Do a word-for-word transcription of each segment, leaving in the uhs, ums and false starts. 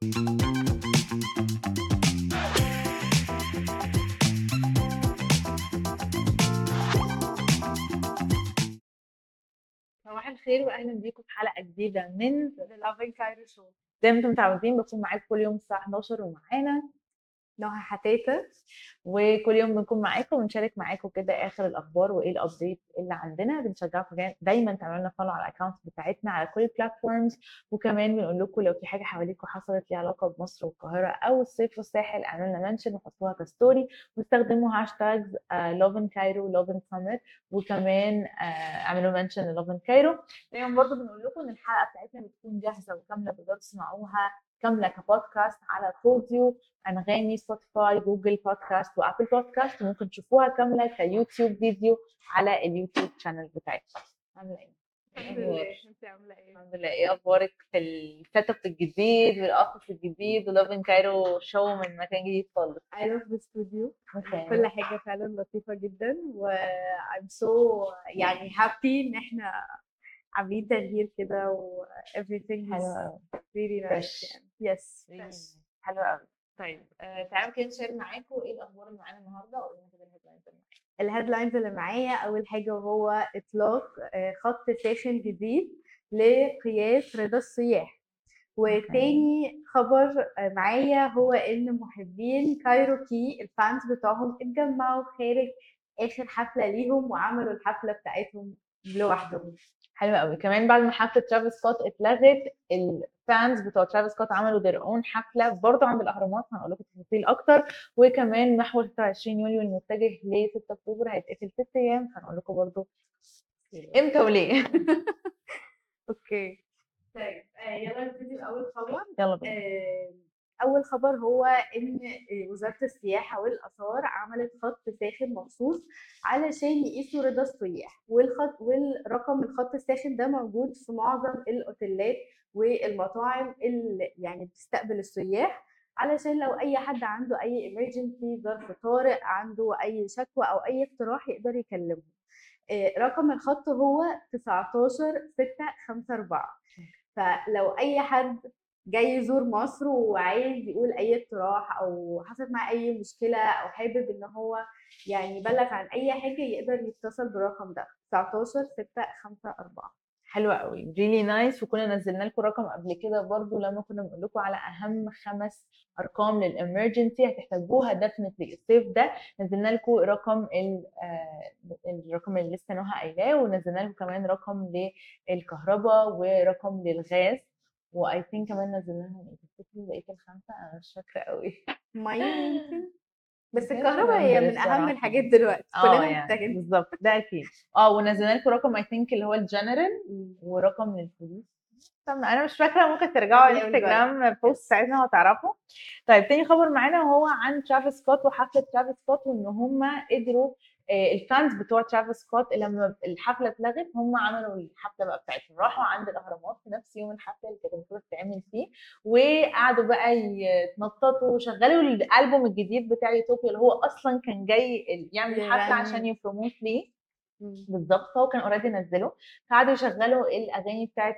صباح الخير واهلا بيكم في حلقه جديده من The Loving Cairo Show. زي ما انتم متعودين بكون معاكم كل يوم الساعه حداشر ومعانا نهى حتاتة. وكل يوم بنكون معاكم ونشارك معاكم كده اخر الاخبار وايه الابديت اللي عندنا. بنشجعكم جا- دايما تعملوا لنا فولو على الاكونت بتاعتنا على كل البلاتفورمز، وكمان بنقول لكم لو في حاجه حواليكم حصلت ليها علاقه بمصر والقاهره او الصيف والساحل اعملوا لنا منشن وحطوها كستوري واستخدموا هاشتاجز لوفن كايرو لوفن سمر، وكمان آه، اعملوا منشن لوفن كايرو. دايما برضه بنقول لكم ان الحلقه بتاعتنا بتكون جاهزه وكامله، تقدروا تسمعوها كامله كبودكاست على بوديو، انغامي، سبوتيفاي، جوجل بودكاست وابل بودكاست، وممكن تشوفوها كامله كيوتيوب فيديو على اليوتيوب شانل بتاعتنا. عامله ايه؟ الحمد اخبار؟ لله، انت عاملة ايه؟ الحمد لله. ايه اخبارك في السيت اب الجديد والاوفيس الجديد ولوفن كايرو شو من مكان جديد خالص؟ I love the studio. اوكي. كل حاجة فعلا لطيفة جدا و I'm so يعني happy ان احنا عاملين تغيير كده و everything حلو is قوي. really nice فريش. يعني. Yes, fresh. حلو قوي. طيب آه تعالوا كده نشير معاكم ايه الاخبار اللي معانا النهارده وقولنا كده الهيدلاينز اللي معانا. الهيدلاينز اللي معايا اول حاجة وهو اطلاق آه، خط ساخن جديد لقياس رضا السياح. وتاني خبر معايا هو ان محبين كايروكي الفانز بتوعهم اتجمعوا خارج اخر حفله ليهم وعملوا الحفله بتاعتهم لوحدهم. حلو قوي. كمان بعد ما حفله ترافيس سكوت اتلغت، الفانز بتوع ترافيس سكوت عملوا their own حفله برضه عند الاهرامات، هنقول لكم تفاصيل اكتر. وكمان محور ستة وعشرين يوليو المتجه ل ستة اكتوبر هيتقفل ست ايام، هنقول لكم برضه امتى وليه. اوكي طيب آه، يلا نبتدي باول خبر. يلا بينا. آه، اول خبر هو ان وزاره السياحه والاثار عملت خط ساخن مخصوص علشان يقيسوا رضا السياح، والخط والرقم الخط الساخن ده موجود في معظم الاوتيلات والمطاعم اللي يعني بتستقبل السياح، علشان لو اي حد عنده اي emergency ظرف طارئ، عنده اي شكوى او اي اقتراح يقدر يكلمه. آه، رقم الخط هو تسعتاشر ستة خمسة أربعة. فلو اي حد جاي يزور مصر وعايز يقول اي اقتراح او حصلت معاه اي مشكله او حابب ان هو يعني يبلغ عن اي حاجه يقدر يتصل بالرقم ده تسعتاشر ستة خمسة أربعة. حلوة قوي، ريلي نايس. وكنا نزلنا لكم رقم قبل كده برضو لما كنا بنقول لكم على اهم خمس ارقام للامرجنسي هتحتاجوها ديفنتلي الصيف ده. نزلنا لكم رقم ال- آه، الرقم اللي لسه نهى قايلاه، ونزلنا لكم كمان رقم للكهرباء ورقم للغاز، واي ثينك كمان نزلنا لهم ايه، تفتكروا بقيه الخمسه؟ انا مش فاكره قوي. ميه يمكن، بس can't الكهرباء هي remember من اهم الصراحه. الحاجات دلوقتي اه كلنا يعني محتاجين. بالظبط ده اكيد. اه ونزلنا لكم رقم اي ثينك اللي هو الجنرال ورقم للبوليس. طب انا مش فاكره، ممكن ترجعوا على الانستجرام بوست بتاعتنا وتعرفوا. طيب تاني خبر معانا وهو عن ترافيس سكوت وحفله ترافيس سكوت، وان هم قدروا آه، الفانز بتوع ترافيس سكوت لما الحفله اتلغت هم عملوا الحفله بقى بتاعتهم، راحوا عند الاهرامات في نفس يوم الحفله اللي كانت المفروض تتعمل فيه، وقعدوا بقى يتنططوا وشغلوا الالبوم الجديد بتاع يوتوبيا اللي هو اصلا كان جاي يعمل حفله عشان يغني. يبروموت ليه. مم. بالظبط، هو كان اوريدي نزله، فقعدوا يشغلوا الاغاني بتاعت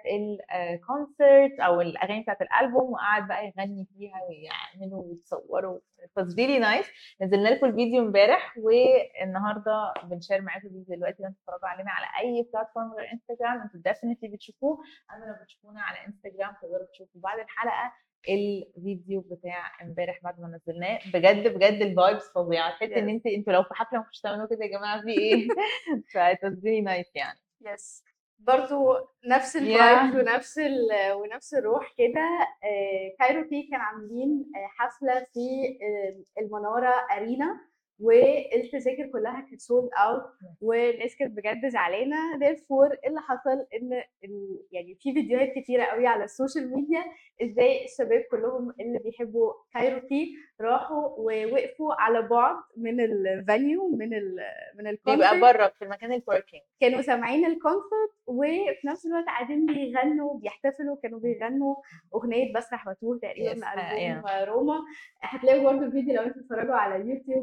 الكونسرت او الاغاني بتاعت الالبوم، وقعد بقى يغني فيها ويعملوا ويتصوروا. it was really nice. نزلنا لكم الفيديو امبارح والنهارده بنشير معاكم الفيديو دلوقتي. لو تتفرجوا علينا على اي بلاتفورم غير انستجرام انتوا ديفينتلي بتشوفوه، اما لو بتشوفونا على انستجرام تقدروا تشوفوا بعد الحلقه الفيديو بتاع امبارح بعد ما نزلناه. بجد بجد الفايبس فظيعه، تحس ان Yes. انت انتوا لو في حفله مش تعملوا كده يا جماعه في ايه. ف it was really nice يعني. يس برضو نفس الفايبز Yeah. ونفس ال ونفس الروح كده. آه، كايروكي كان عاملين آه، حفله في آه، المناره ارينا، والتذاكر كلها كانت سولد اوت والناس كانت بجد زعلانه. therefore اللي حصل ان ال- يعني في فيديوهات كتيره قوي على السوشيال ميديا ازاي الشباب كلهم اللي بيحبوا كايروكي راحوا ووقفوا على بعد من الفانيو من ال من بيبقى الكونسرت، بره في المكان الباركينج. كانوا سامعين الكونسرت وفي نفس الوقت قاعدين بيغنوا بيحتفلوا، كانوا بيغنوا اغنيه بسرح واتوه تقريبا يس من حقيقة. البوم روما. هتلاقوا برضو الفيديو لو انتوا بتتفرجوا على اليوتيوب او على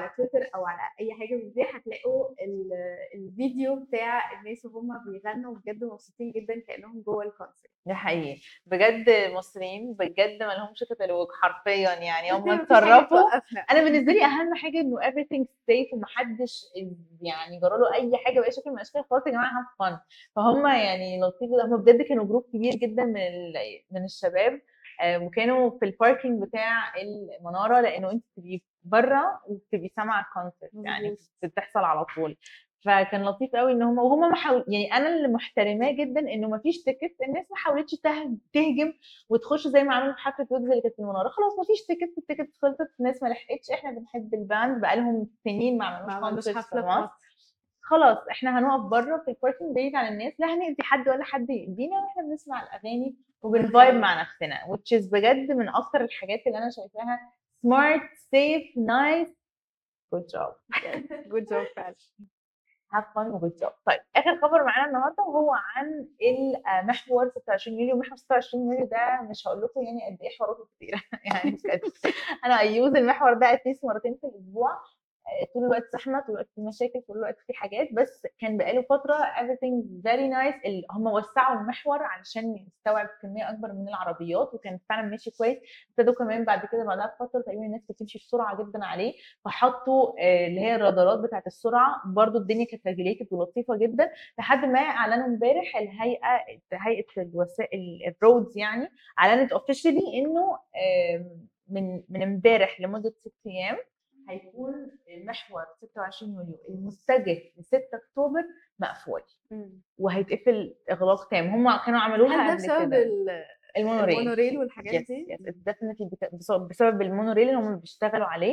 على تويتر او على اي حاجه من دي هتلاقوا ال- الفيديو بتاع الناس وهم بيغنوا بجد مبسوطين جدا كانهم جوه الكونسرت. ده حقيقي بجد، المصريين بجد ما لهمش كتالوج حرفيا، يعني هم مفيش حاجه اتصرفوا. توقفنا. انا بالنسبه لي اهم حاجه انه everything safe ومحدش يعني جرى له اي حاجه باي شكل من الاشكال، خلاص يا جماعه have fun. فهم يعني لطيف، هم بجد كانوا جروب كبير جدا من ال- من الشباب، آه، وكانوا في الباركينج بتاع المناره، لانه انت بتبقي بره وبتبقي سامعه الكونسرت يعني مظبوط. بتحصل على طول. فكان لطيف قوي ان هم وهم ما حاول، يعني انا اللي محترماه جدا انه ما فيش تيكت، الناس ما حاولتش ته- تهجم وتخش زي ما عملوا في حفله ويجز اللي كانت في المناره، خلاص ما فيش تيكت، التيكت خلصت، الناس ما لحقتش، احنا بنحب الباند بقالهم سنين ما ما عملوش عملوش كونسرت في حفله في مصر، مصر. خلاص احنا هنقف بره في الباركنج بعيد عن الناس، لا هنأذي حد ولا حد يأذينا، واحنا بنسمع الاغاني وبنفايب مع نفسنا، which is بجد من اكتر الحاجات اللي انا شايفاها smart safe nice good job. جود جوب فعلا. have fun و good job. طيب اخر خبر معانا النهارده وهو عن المحور ستة وعشرين يوليو. محور ستة وعشرين يوليو ده مش هقول لكم يعني قد ايه حواراته كتيره يعني بجد انا ايوز المحور ده اتليست مرتين في الاسبوع، طول الوقت زحمه، طول الوقت في مشاكل، طول الوقت في حاجات، بس كان بقاله فتره everything very nice. ال- هم وسعوا المحور علشان يستوعب كميه اكبر من العربيات، وكان فعلا ماشي كويس. ابتدوا كمان بعد كده بعدها بفتره تقريبا الناس بتمشي بسرعه جدا عليه، فحطوا آه، اللي هي الرادارات بتاعه السرعه، برضو الدنيا كانت ريجليتد ولطيفه جدا، لحد ما اعلنوا امبارح الهيئه هيئه الوسائل الرودز يعني اعلنت اوفيشلي انه آم، من من امبارح لمده ست ايام هيكون المحور ستة وعشرين يوليو المتجه ل ستة اكتوبر مقفول وهيتقفل اغلاق تام. هم كانوا عملوها هل ده قبل بسبب كده ال- المونوريل، المونوريل والحاجات يس دي؟ يس ديفينتلي بسبب المونوريل اللي هم بيشتغلوا عليه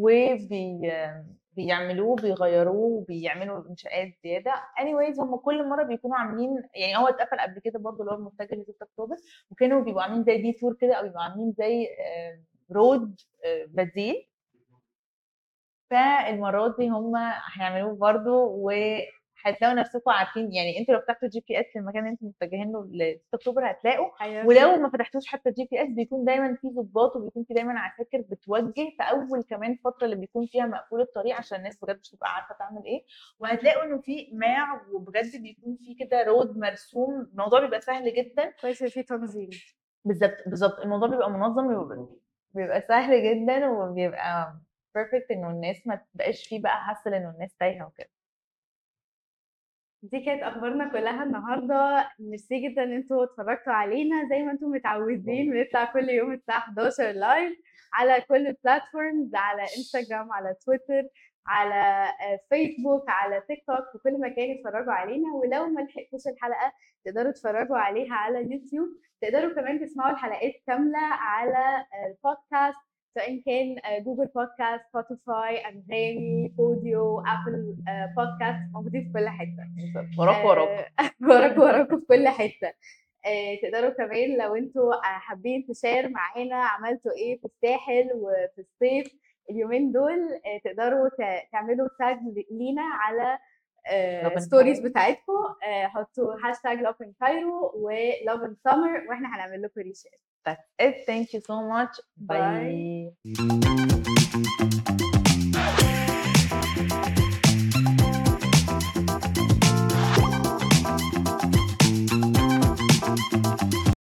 وبي بيعملوه بيغيروه وبيعملوا انشاءات زياده. anyways هم كل مره بيكونوا عاملين، يعني هو اتقفل قبل كده برضه اللي هو المتجه ل ستة اكتوبر، وكانوا بيبقوا عاملين زي دي تور كده، او بيبقوا عاملين زي آه، رود آه، بديل. فالمرات دي هم هيعملوه برضه، وهتلاقوا نفسكم عارفين، يعني انتوا لو فتحتوا جي بي اس للمكان اللي انتوا متجهين له ل ستة اكتوبر هتلاقوا، ايوه. ولو ما فتحتوش حتى الجي بي اس بيكون دايما في ضباط وبيكون في دايما عساكر بتوجه في اول كمان فتره اللي بيكون فيها مقفول الطريق عشان الناس بجد مش تبقى عارفه تعمل ايه. وهتلاقوا انه في ماع وبجد بيكون في كده رود مرسوم، الموضوع بيبقى سهل جدا. كويس إن في تنظيم. بالظبط بالظبط الموضوع بيبقى منظم، بيبقى, بيبقى سهل جدا وبيبقى بيرفكت انه الناس ما تبقاش فيه بقى حاسه انه الناس تايهه وكده. دي كانت اخبارنا كلها النهارده. ميرسي جدا ان انتوا اتفرجتوا علينا زي ما انتم متعودين، بنطلع كل يوم الساعه حداشر لايف على كل البلاتفورمز، على انستغرام، على تويتر، على آه، فيسبوك، على تيك توك، في كل مكان اتفرجوا علينا. ولو ما لحقتوش الحلقه تقدروا تتفرجوا عليها على يوتيوب. تقدروا كمان تسمعوا الحلقات كامله على آه، البودكاست، سواء كان آه، جوجل بودكاست، سبوتيفاي، انغامي، بوديو، ابل آه، بودكاست، موجودين في كل حته. بالظبط وراكوا وراكوا آه، وراكوا وراكوا في كل حته. آه، تقدروا كمان لو انتوا آه، حابين تشير معانا عملتوا ايه في الساحل وفي الصيف اليومين دول، آه، تقدروا ت- تعملوا تاج لينا على Love and ستوريز Cairo. بتاعتكم. آه، حطوا هاشتاج لاف ان كايرو ولاف ان سمر واحنا هنعمل لكم ريشير. That's it. Thank you so much. باي. Bye.